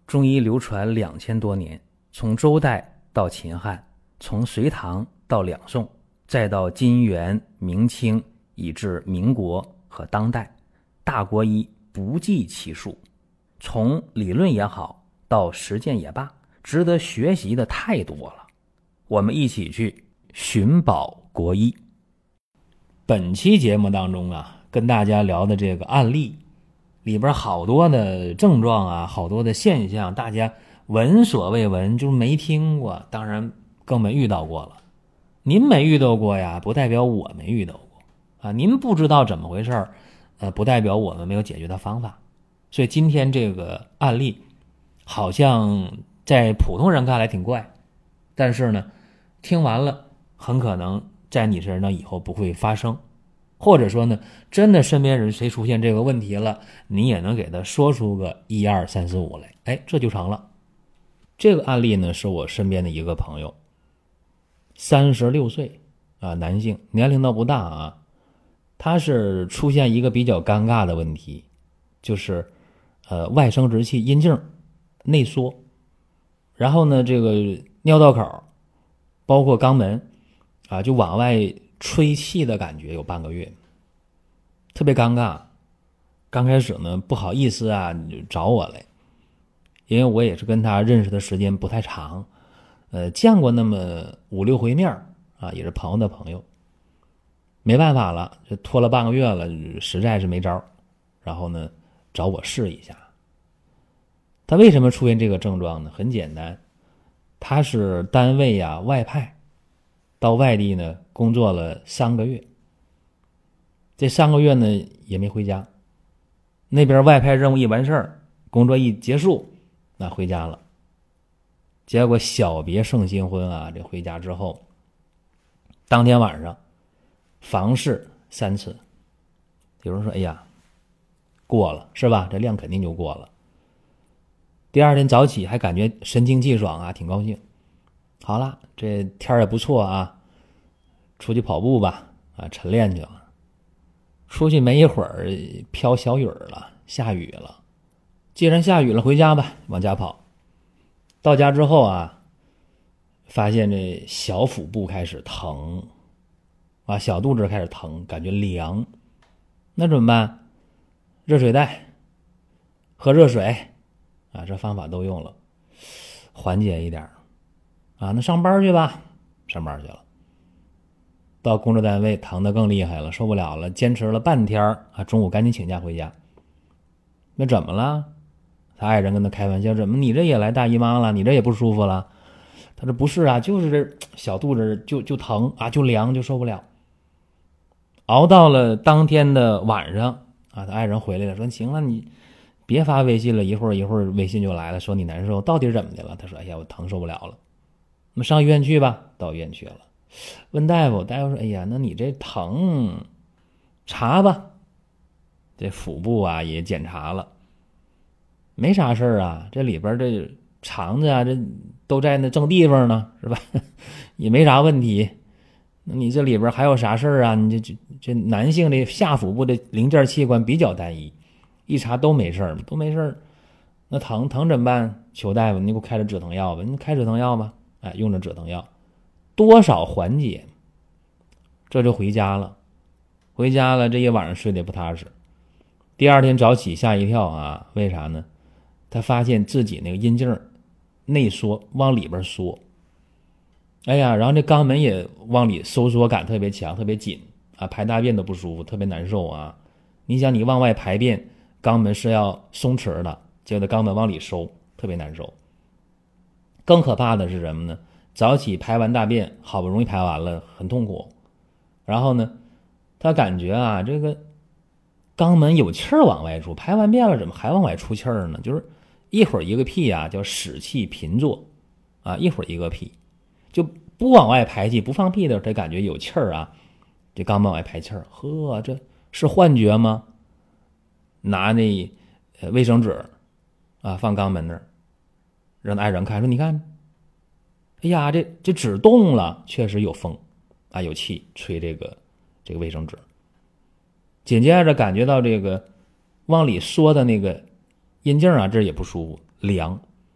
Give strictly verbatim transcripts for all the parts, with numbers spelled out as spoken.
中医流传两千多年，从周代到秦汉，从隋唐到两宋，再到金元明清，以至民国和当代，大国医不计其数。从理论也好，到实践也罢，值得学习的太多了。我们一起去寻宝国医。本期节目当中啊，跟大家聊的这个案例里边好多的症状啊，好多的现象，大家闻所未闻，就是没听过，当然更没遇到过了。您没遇到过呀，不代表我没遇到过啊。您不知道怎么回事，呃，不代表我们没有解决的方法。所以今天这个案例好像在普通人看来挺怪，但是呢，听完了很可能在你身上以后不会发生，或者说呢，真的身边人谁出现这个问题了，你也能给他说出个一二三四五来，哎，这就成了。这个案例呢，是我身边的一个朋友，三十六岁啊，男性，年龄倒不大啊，他是出现一个比较尴尬的问题，就是呃外生殖器阴茎内缩，然后呢，这个尿道口包括肛门啊，就往外吹气的感觉有半个月，特别尴尬。刚开始呢，不好意思啊，就找我来，因为我也是跟他认识的时间不太长，呃，见过那么五六回面啊，也是朋友的朋友。没办法了，就拖了半个月了，实在是没招，然后呢，找我试一下。他为什么出现这个症状呢？很简单，他是单位呀、啊、外派到外地呢工作了三个月，这三个月呢也没回家，那边外派任务一完事儿，工作一结束，那回家了。结果小别胜新婚啊，这回家之后，当天晚上房事三次，有人说：“哎呀，过了是吧？这量肯定就过了。”第二天早起还感觉神清气爽啊，挺高兴。好了，这天儿也不错啊，出去跑步吧，啊，晨练去了。出去没一会儿，飘小雨了，下雨了。既然下雨了，回家吧，往家跑。到家之后啊，发现这小腹部开始疼，啊，小肚子开始疼，感觉凉。那怎么办？热水袋，喝热水，啊，这方法都用了，缓解一点啊。那上班去吧，上班去了。到工作单位疼得更厉害了，受不了了，坚持了半天啊，中午赶紧请假回家。那怎么了？他爱人跟他开玩笑：“怎么你这也来大姨妈了？你这也不舒服了？”他说：“不是啊，就是这小肚子就就疼啊，就凉，就受不了。”熬到了当天的晚上啊，他爱人回来了，说：“行了，你别发微信了，一会儿一会儿微信就来了，说你难受，到底怎么的了？”他说：“哎呀，我疼受不了了。”那么上医院去吧，到医院去了。问大夫，大夫说：“哎呀，那你这疼，查吧。”这腹部啊也检查了，没啥事儿啊，这里边这肠子啊，这都在那正地方呢，是吧？也没啥问题。那你这里边还有啥事儿啊？你这这这男性的下腹部的零件器官比较单一，一查都没事儿，都没事儿。那疼疼怎么办？求大夫，你给我开点止疼药吧。你开止疼药吧，哎，用着止疼药。多少缓解，这就回家了。回家了，这一晚上睡得不踏实。第二天早起吓一跳啊！为啥呢？他发现自己那个阴茎内缩，往里边缩。哎呀，然后这肛门也往里收缩感特别强，特别紧啊，排大便都不舒服，特别难受啊。你想，你往外排便，肛门是要松弛的，结果肛门往里收，特别难受。更可怕的是什么呢？早起排完大便，好不容易排完了，很痛苦。然后呢，他感觉啊，这个肛门有气儿往外出，排完便了怎么还往外出气儿呢？就是一会儿一个屁啊，叫使气频作啊，一会儿一个屁，就不往外排气，不放屁的时候，他感觉有气儿啊，这肛门往外排气儿，呵，这是幻觉吗？拿那呃卫生纸啊放肛门那儿，让爱人看，说你看。哎呀，这这纸动了，确实有风啊，有气吹这个这个卫生纸。紧接着感觉到这个往里缩的那个阴茎啊，这也不舒服，凉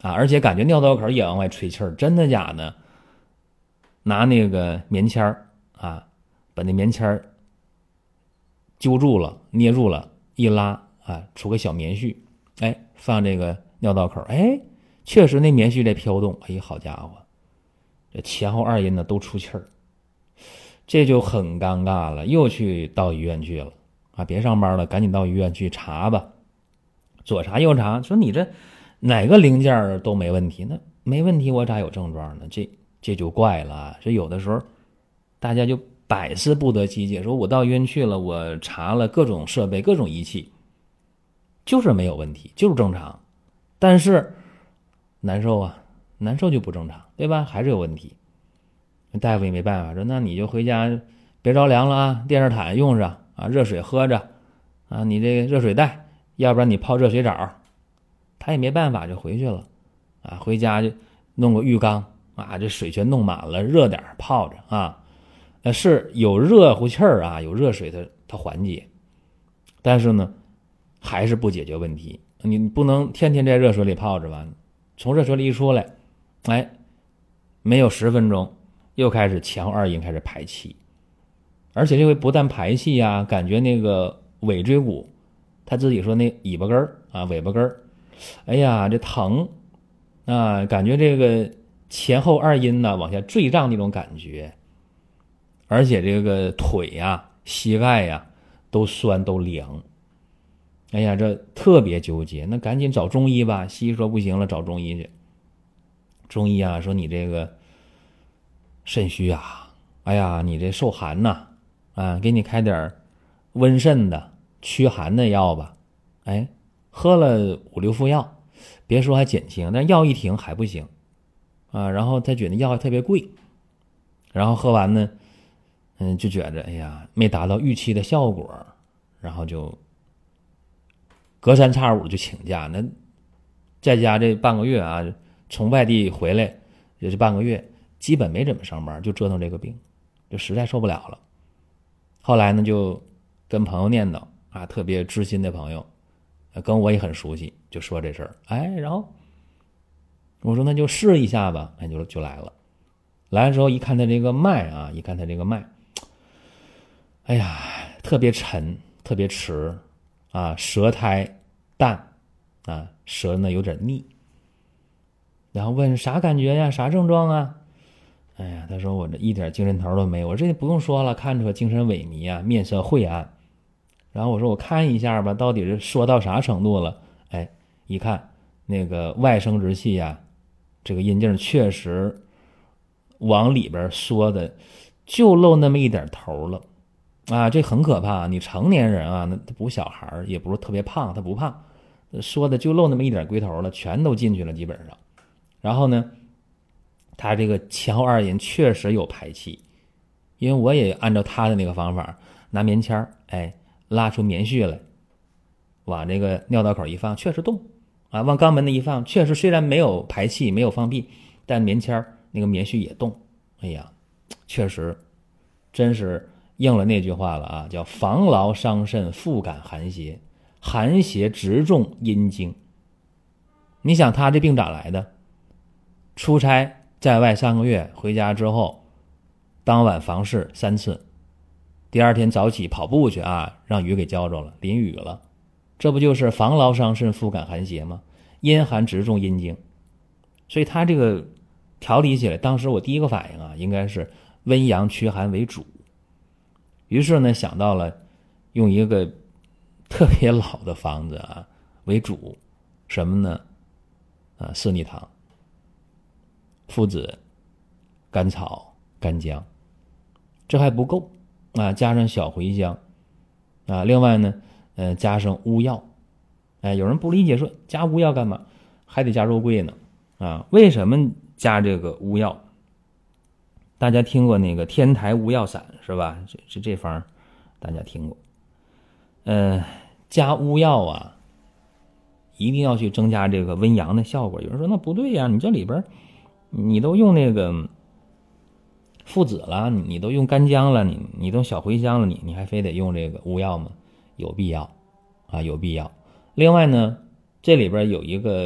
啊，而且感觉尿道口也往外吹气儿，真的假的？拿那个棉签儿啊，把那棉签儿揪住了，捏住了，一拉啊，出个小棉絮，哎，放这个尿道口，哎，确实那棉絮在飘动，哎，好家伙，这前后二阴呢都出气儿，这就很尴尬了，又去到医院去了啊，别上班了，赶紧到医院去查吧，左查右查，说你这哪个零件都没问题，那没问题，我咋有症状呢？这这就怪了，所以有的时候大家就百思不得其解，说我到医院去了，我查了各种设备各种仪器，就是没有问题，就是正常，但是难受啊，难受就不正常，对吧？还是有问题，大夫也没办法，说那你就回家别着凉了啊，电热毯用上啊，热水喝着啊，你这个热水袋，要不然你泡热水澡，他也没办法就回去了啊，回家就弄个浴缸啊，这水全弄满了，热点泡着啊，呃是有热乎气儿啊，有热水它它缓解，但是呢还是不解决问题，你不能天天在热水里泡着吧，从热水里一出来，哎，没有十分钟又开始前后二阴开始排气，而且这回不但排气啊，感觉那个尾椎骨他自己说那尾巴根儿啊尾巴根儿，哎呀这疼啊，感觉这个前后二阴呢往下坠胀那种感觉，而且这个腿呀膝盖呀都酸都凉，哎呀这特别纠结，那赶紧找中医吧，西医说不行了，找中医去，中医啊说你这个肾虚啊，哎呀你这受寒呐 啊, 啊给你开点温肾的驱寒的药吧，哎喝了五六副药，别说还减轻，但药一停还不行啊，然后他觉得药还特别贵，然后喝完呢嗯就觉着哎呀没达到预期的效果，然后就隔三差五就请假，那在家这半个月啊，从外地回来也是半个月，基本没怎么上班，就折腾这个病，就实在受不了了。后来呢就跟朋友念叨啊，特别知心的朋友跟我也很熟悉，就说这事儿，哎，然后我说那就试一下吧，哎，就就来了。来的时候一看他这个脉啊，一看他这个脉，哎呀，特别沉，特别迟啊，舌苔淡啊，舌呢有点腻。然后问啥感觉呀？啥症状啊？哎呀，他说我这一点精神头都没有。我说这不用说了，看出来精神萎靡啊，面色晦暗。然后我说我看一下吧，到底是说到啥程度了？哎，一看那个外生殖器呀、啊，这个阴茎确实往里边缩的就露那么一点头了啊，这很可怕。你成年人啊，那不小孩，也不是特别胖，他不胖，缩的就露那么一点龟头了，全都进去了基本上。然后呢，他这个前后二阴确实有排气，因为我也按照他的那个方法，拿棉签哎拉出棉絮来，往这个尿道口一放，确实动啊，往肛门的一放，确实虽然没有排气没有放屁，但棉签那个棉絮也动，哎呀，确实真是应了那句话了啊，叫防劳伤肾复感寒邪，寒邪直中阴经。你想他这病咋来的？出差在外三个月，回家之后当晚房事三次，第二天早起跑步去啊，让雨给浇着了，淋雨了，这不就是防劳伤肾复感寒邪吗？阴寒直中阴经。所以他这个调理起来，当时我第一个反应啊，应该是温阳驱寒为主。于是呢，想到了用一个特别老的方子啊为主，什么呢？啊，四逆汤、附子、甘草、干姜，这还不够啊，加上小茴香啊，另外呢，呃，加上乌药。哎，有人不理解说加乌药干嘛？还得加肉桂呢啊？为什么加这个乌药？大家听过那个天台乌药散是吧？这这这方大家听过。呃，加乌药啊，一定要去增加这个温阳的效果。有人说那不对呀，你这里边你都用那个附子了，你你都用干姜了，你你都小茴香了，你你还非得用这个乌药吗？有必要啊，有必要。另外呢，这里边有一个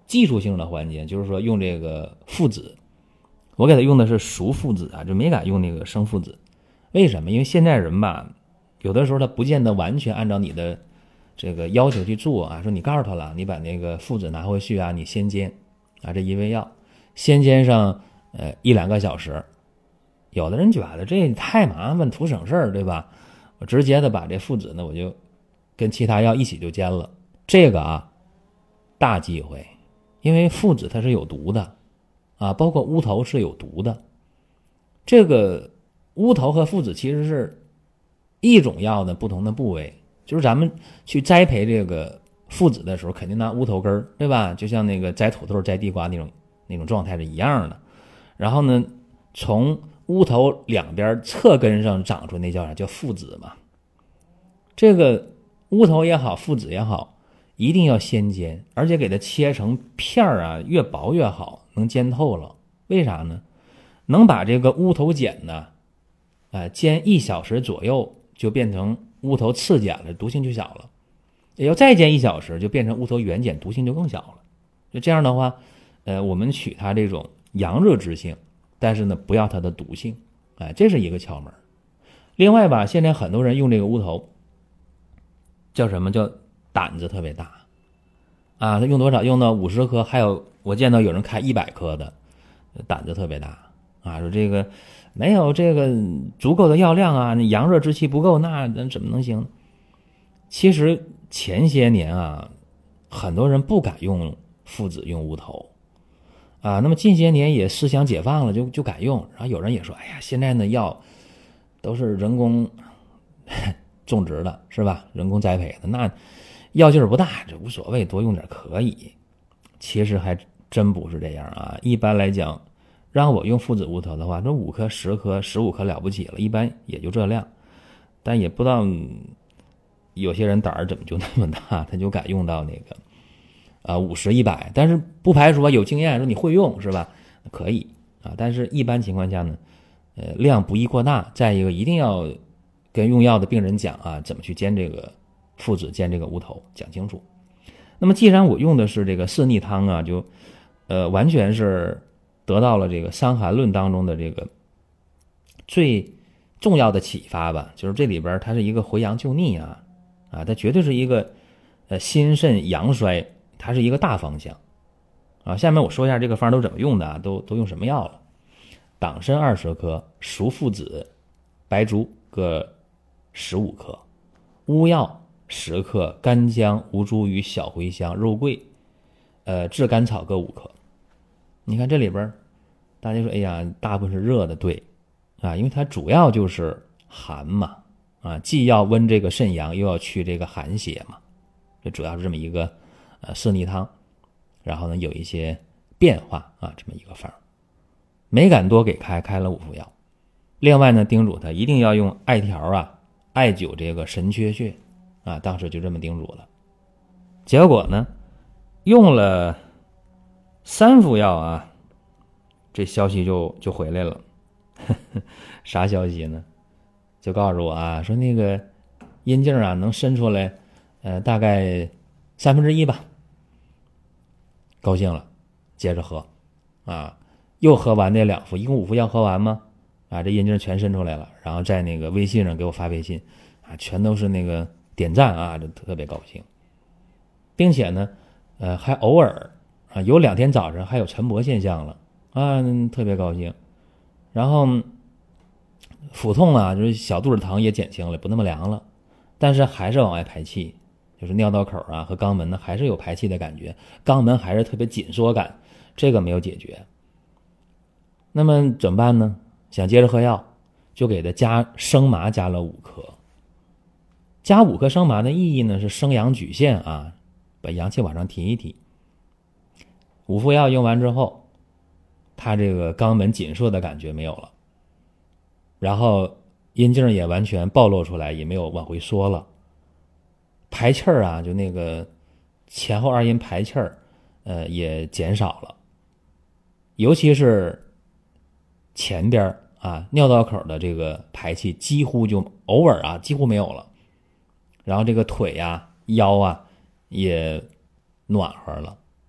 技术性的环节，就是说用这个附子，我给他用的是熟附子啊，就没敢用那个生附子。为什么？因为现在人吧，有的时候他不见得完全按照你的这个要求去做啊。说你告诉他了，你把那个附子拿回去啊，你先煎啊，这一味药先煎上呃一两个小时。有的人觉得这太麻烦，图省事儿，对吧？我直接的把这附子呢，我就跟其他药一起就煎了。这个啊，大忌讳，因为附子它是有毒的啊，包括乌头是有毒的。这个乌头和附子其实是一种药的不同的部位，就是咱们去栽培这个附子的时候，肯定拿乌头根儿，对吧？就像那个摘土豆、摘地瓜那种那种状态是一样的。然后呢，从乌头两边侧根上长出那叫啥？叫附子嘛。这个乌头也好，附子也好，一定要先煎，而且给它切成片儿啊，越薄越好，能煎透了。为啥呢？能把这个乌头碱呢，呃，煎一小时左右就变成乌头次碱了，毒性就小了。也要再煎一小时，就变成乌头原碱，毒性就更小了。就这样的话，呃，我们取它这种阳热之性，但是呢，不要它的毒性，哎，这是一个窍门。另外吧，现在很多人用这个乌头，叫什么？叫胆子特别大啊！他用多少？用到五十颗，还有我见到有人开一百颗的，胆子特别大啊！说这个没有这个足够的药量啊，那阳热之气不够，那那怎么能行？其实前些年啊，很多人不敢用附子，用乌头。啊，那么近些年也思想解放了，就就敢用。然后有人也说，哎呀，现在的药都是人工种植的，是吧？人工栽培的，那药劲儿不大，这无所谓，多用点可以。其实还真不是这样啊。一般来讲，让我用附子乌头的话，这五颗、十颗、十五颗了不起了，一般也就这量。但也不知道有些人胆儿怎么就那么大，他就敢用到那个。啊，五十一百，但是不排除有经验，说你会用是吧？可以啊，但是一般情况下呢，呃，量不宜过大。再一个，一定要跟用药的病人讲啊，怎么去煎这个附子，煎这个乌头，讲清楚。那么，既然我用的是这个四逆汤啊，就呃，完全是得到了这个《伤寒论》当中的这个最重要的启发吧，就是这里边它是一个回阳救逆啊，啊，它绝对是一个呃心肾阳衰。它是一个大方向啊。下面我说一下这个方都怎么用的啊，都都用什么药了。党参二十克，熟附子、白术各十五克，乌药十克，干姜、吴茱萸、小茴香、肉桂，呃，炙甘草各五克。你看这里边，大家说，哎呀，大部分是热的，对啊，因为它主要就是寒嘛，啊，既要温这个肾阳，又要去这个寒邪嘛，这主要是这么一个。呃，四逆汤，然后呢有一些变化啊，这么一个方，没敢多给开，开了五副药。另外呢，叮嘱他一定要用艾条啊，艾灸这个神阙穴啊，当时就这么叮嘱了。结果呢，用了三副药啊，这消息就就回来了。呵呵，啥消息呢？就告诉我啊，说那个阴茎啊能伸出来，呃，大概三分之一吧。高兴了，接着喝，啊，又喝完那两副，一共五副药喝完吗？啊，这阴茎全伸出来了，然后在那个微信上给我发微信，啊，全都是那个点赞啊，就特别高兴，并且呢，呃，还偶尔啊，有两天早上还有晨勃现象了，啊，特别高兴，然后腹痛啊，就是小肚子疼也减轻了，不那么凉了，但是还是往外排气。就是尿道口啊和肛门呢还是有排气的感觉，肛门还是特别紧缩感，这个没有解决。那么怎么办呢？想接着喝药，就给他加生麻，加了五颗。加五颗生麻的意义呢是生阳举陷啊，把阳气往上提一提。五副药用完之后，他这个肛门紧缩的感觉没有了，然后阴茎也完全暴露出来，也没有往回缩了。排气儿啊，就那个前后二阴排气儿，呃，也减少了，尤其是前边啊尿道口的这个排气几乎就偶尔啊几乎没有了，然后这个腿啊腰啊也暖和了，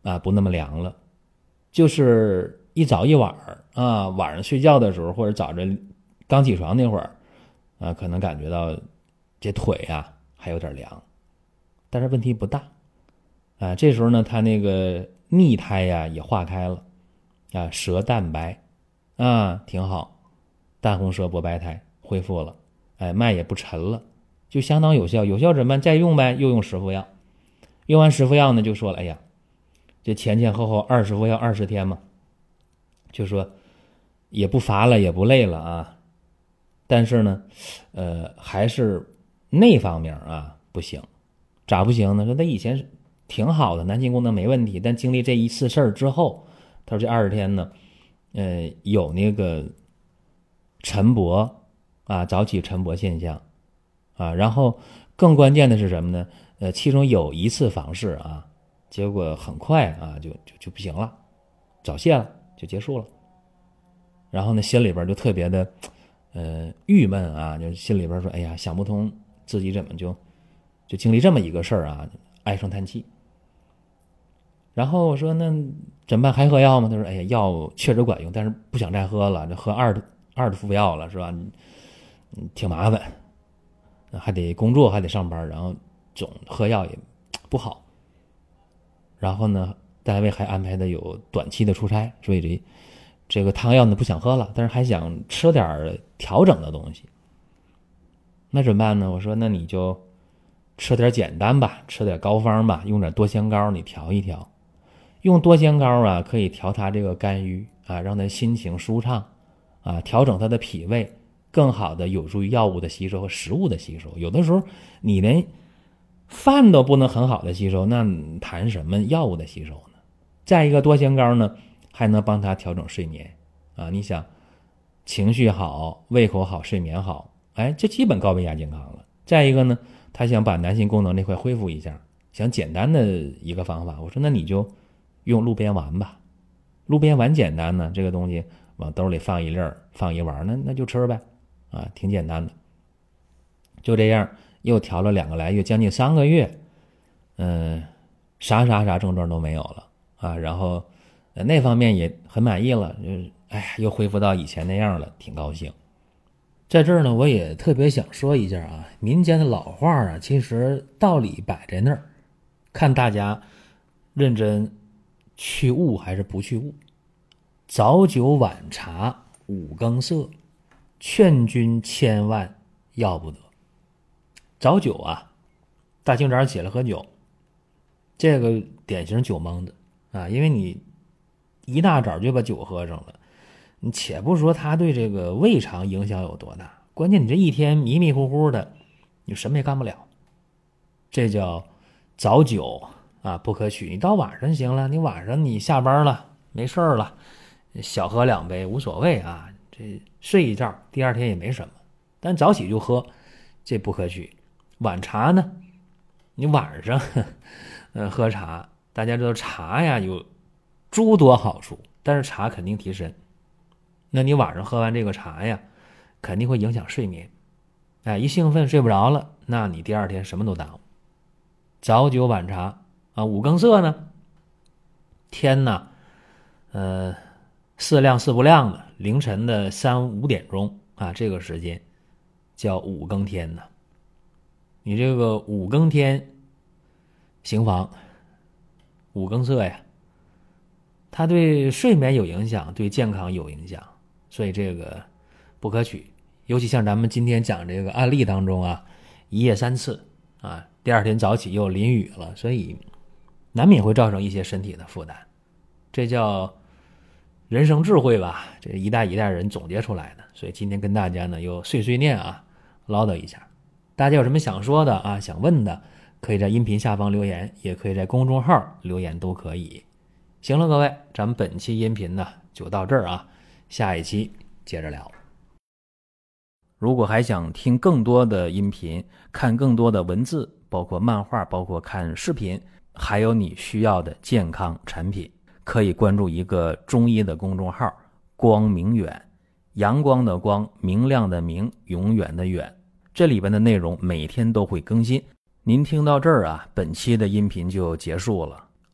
啊不那么凉了，就是一早一晚啊，晚上睡觉的时候或者早晨刚起床那会儿啊，可能感觉到这腿啊还有点凉，但是问题不大啊。这时候呢，他那个腻苔呀也化开了啊，舌淡白啊，挺好，淡红舌薄白苔恢复了，哎，脉也不沉了，就相当有效。有效怎么办？再用呗，又用十副药。用完十副药呢，就说了，哎呀，这前前后后二十副药二十天嘛，就说也不乏了，也不累了啊。但是呢，呃，还是那方面啊不行，咋不行呢？说他以前挺好的，男性功能没问题，但经历这一次事儿之后，他说这二十天呢，呃，有那个晨勃啊，早起晨勃现象啊，然后更关键的是什么呢？呃，其中有一次房事啊，结果很快啊就就就不行了，早泄了，就结束了。然后呢，心里边就特别的呃郁闷啊，就心里边说，哎呀，想不通自己怎么就就经历这么一个事儿啊，唉声叹气。然后我说那怎么办？还喝药吗？他说，哎呀，药确实管用，但是不想再喝了，这喝二二的副药了是吧？嗯，挺麻烦，还得工作，还得上班，然后总喝药也不好。然后呢，单位还安排的有短期的出差，所以这这个汤药呢不想喝了，但是还想吃点调整的东西。那怎么办呢？我说那你就吃点简单吧，吃点膏方吧，用点多仙膏你调一调。用多仙膏啊，可以调他这个肝郁啊，让他心情舒畅啊，调整他的脾胃，更好的有助于药物的吸收和食物的吸收。有的时候你连饭都不能很好的吸收，那谈什么药物的吸收呢？再一个，多仙膏呢还能帮他调整睡眠啊。你想情绪好，胃口好，睡眠好，哎，这基本高维亚健康了。再一个呢，他想把男性功能那块恢复一下，想简单的一个方法，我说那你就用鹿鞭丸吧。鹿鞭丸简单呢，这个东西往兜里放一粒儿，放一丸，那那就吃呗，啊，挺简单的。就这样又调了两个来月，将近三个月，嗯、呃，啥啥啥症状都没有了啊，然后、呃、那方面也很满意了，就是哎呀，又恢复到以前那样了，挺高兴。在这儿呢，我也特别想说一下啊，民间的老话啊，其实道理摆在那儿，看大家认真去悟还是不去悟。早酒晚茶五更色，劝君千万要不得。早酒啊，大清早起来喝酒，这个典型酒蒙子啊，因为你一大早就把酒喝上了。你且不说它对这个胃肠影响有多大，关键你这一天迷迷糊糊的，你什么也干不了。这叫早酒啊不可取。你到晚上行了，你晚上你下班了没事了，小喝两杯无所谓啊，这睡一觉第二天也没什么。但早起就喝，这不可取。晚茶呢，你晚上呃喝茶，大家知道茶呀有诸多好处，但是茶肯定提神。那你晚上喝完这个茶呀，肯定会影响睡眠，哎，一兴奋睡不着了，那你第二天什么都耽误。早酒晚茶啊，五更色呢，天呐，呃，四亮四不亮的，凌晨的三五点钟啊，这个时间叫五更天呢。你这个五更天行房，五更色呀，它对睡眠有影响，对健康有影响。所以这个不可取，尤其像咱们今天讲这个案例当中啊，一夜三次啊，第二天早起又淋雨了，所以难免会造成一些身体的负担。这叫人生智慧吧，这一代一代人总结出来的。所以今天跟大家呢又碎碎念啊，唠叨一下。大家有什么想说的啊，想问的，可以在音频下方留言，也可以在公众号留言，都可以。行了，各位，咱们本期音频呢就到这儿啊。下一期接着聊。如果还想听更多的音频，看更多的文字，包括漫画，包括看视频，还有你需要的健康产品，可以关注一个中医的公众号光明远，阳光的光，明亮的明，永远的远。这里边的内容每天都会更新。您听到这儿啊，本期的音频就结束了。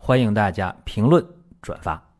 欢迎大家评论转发。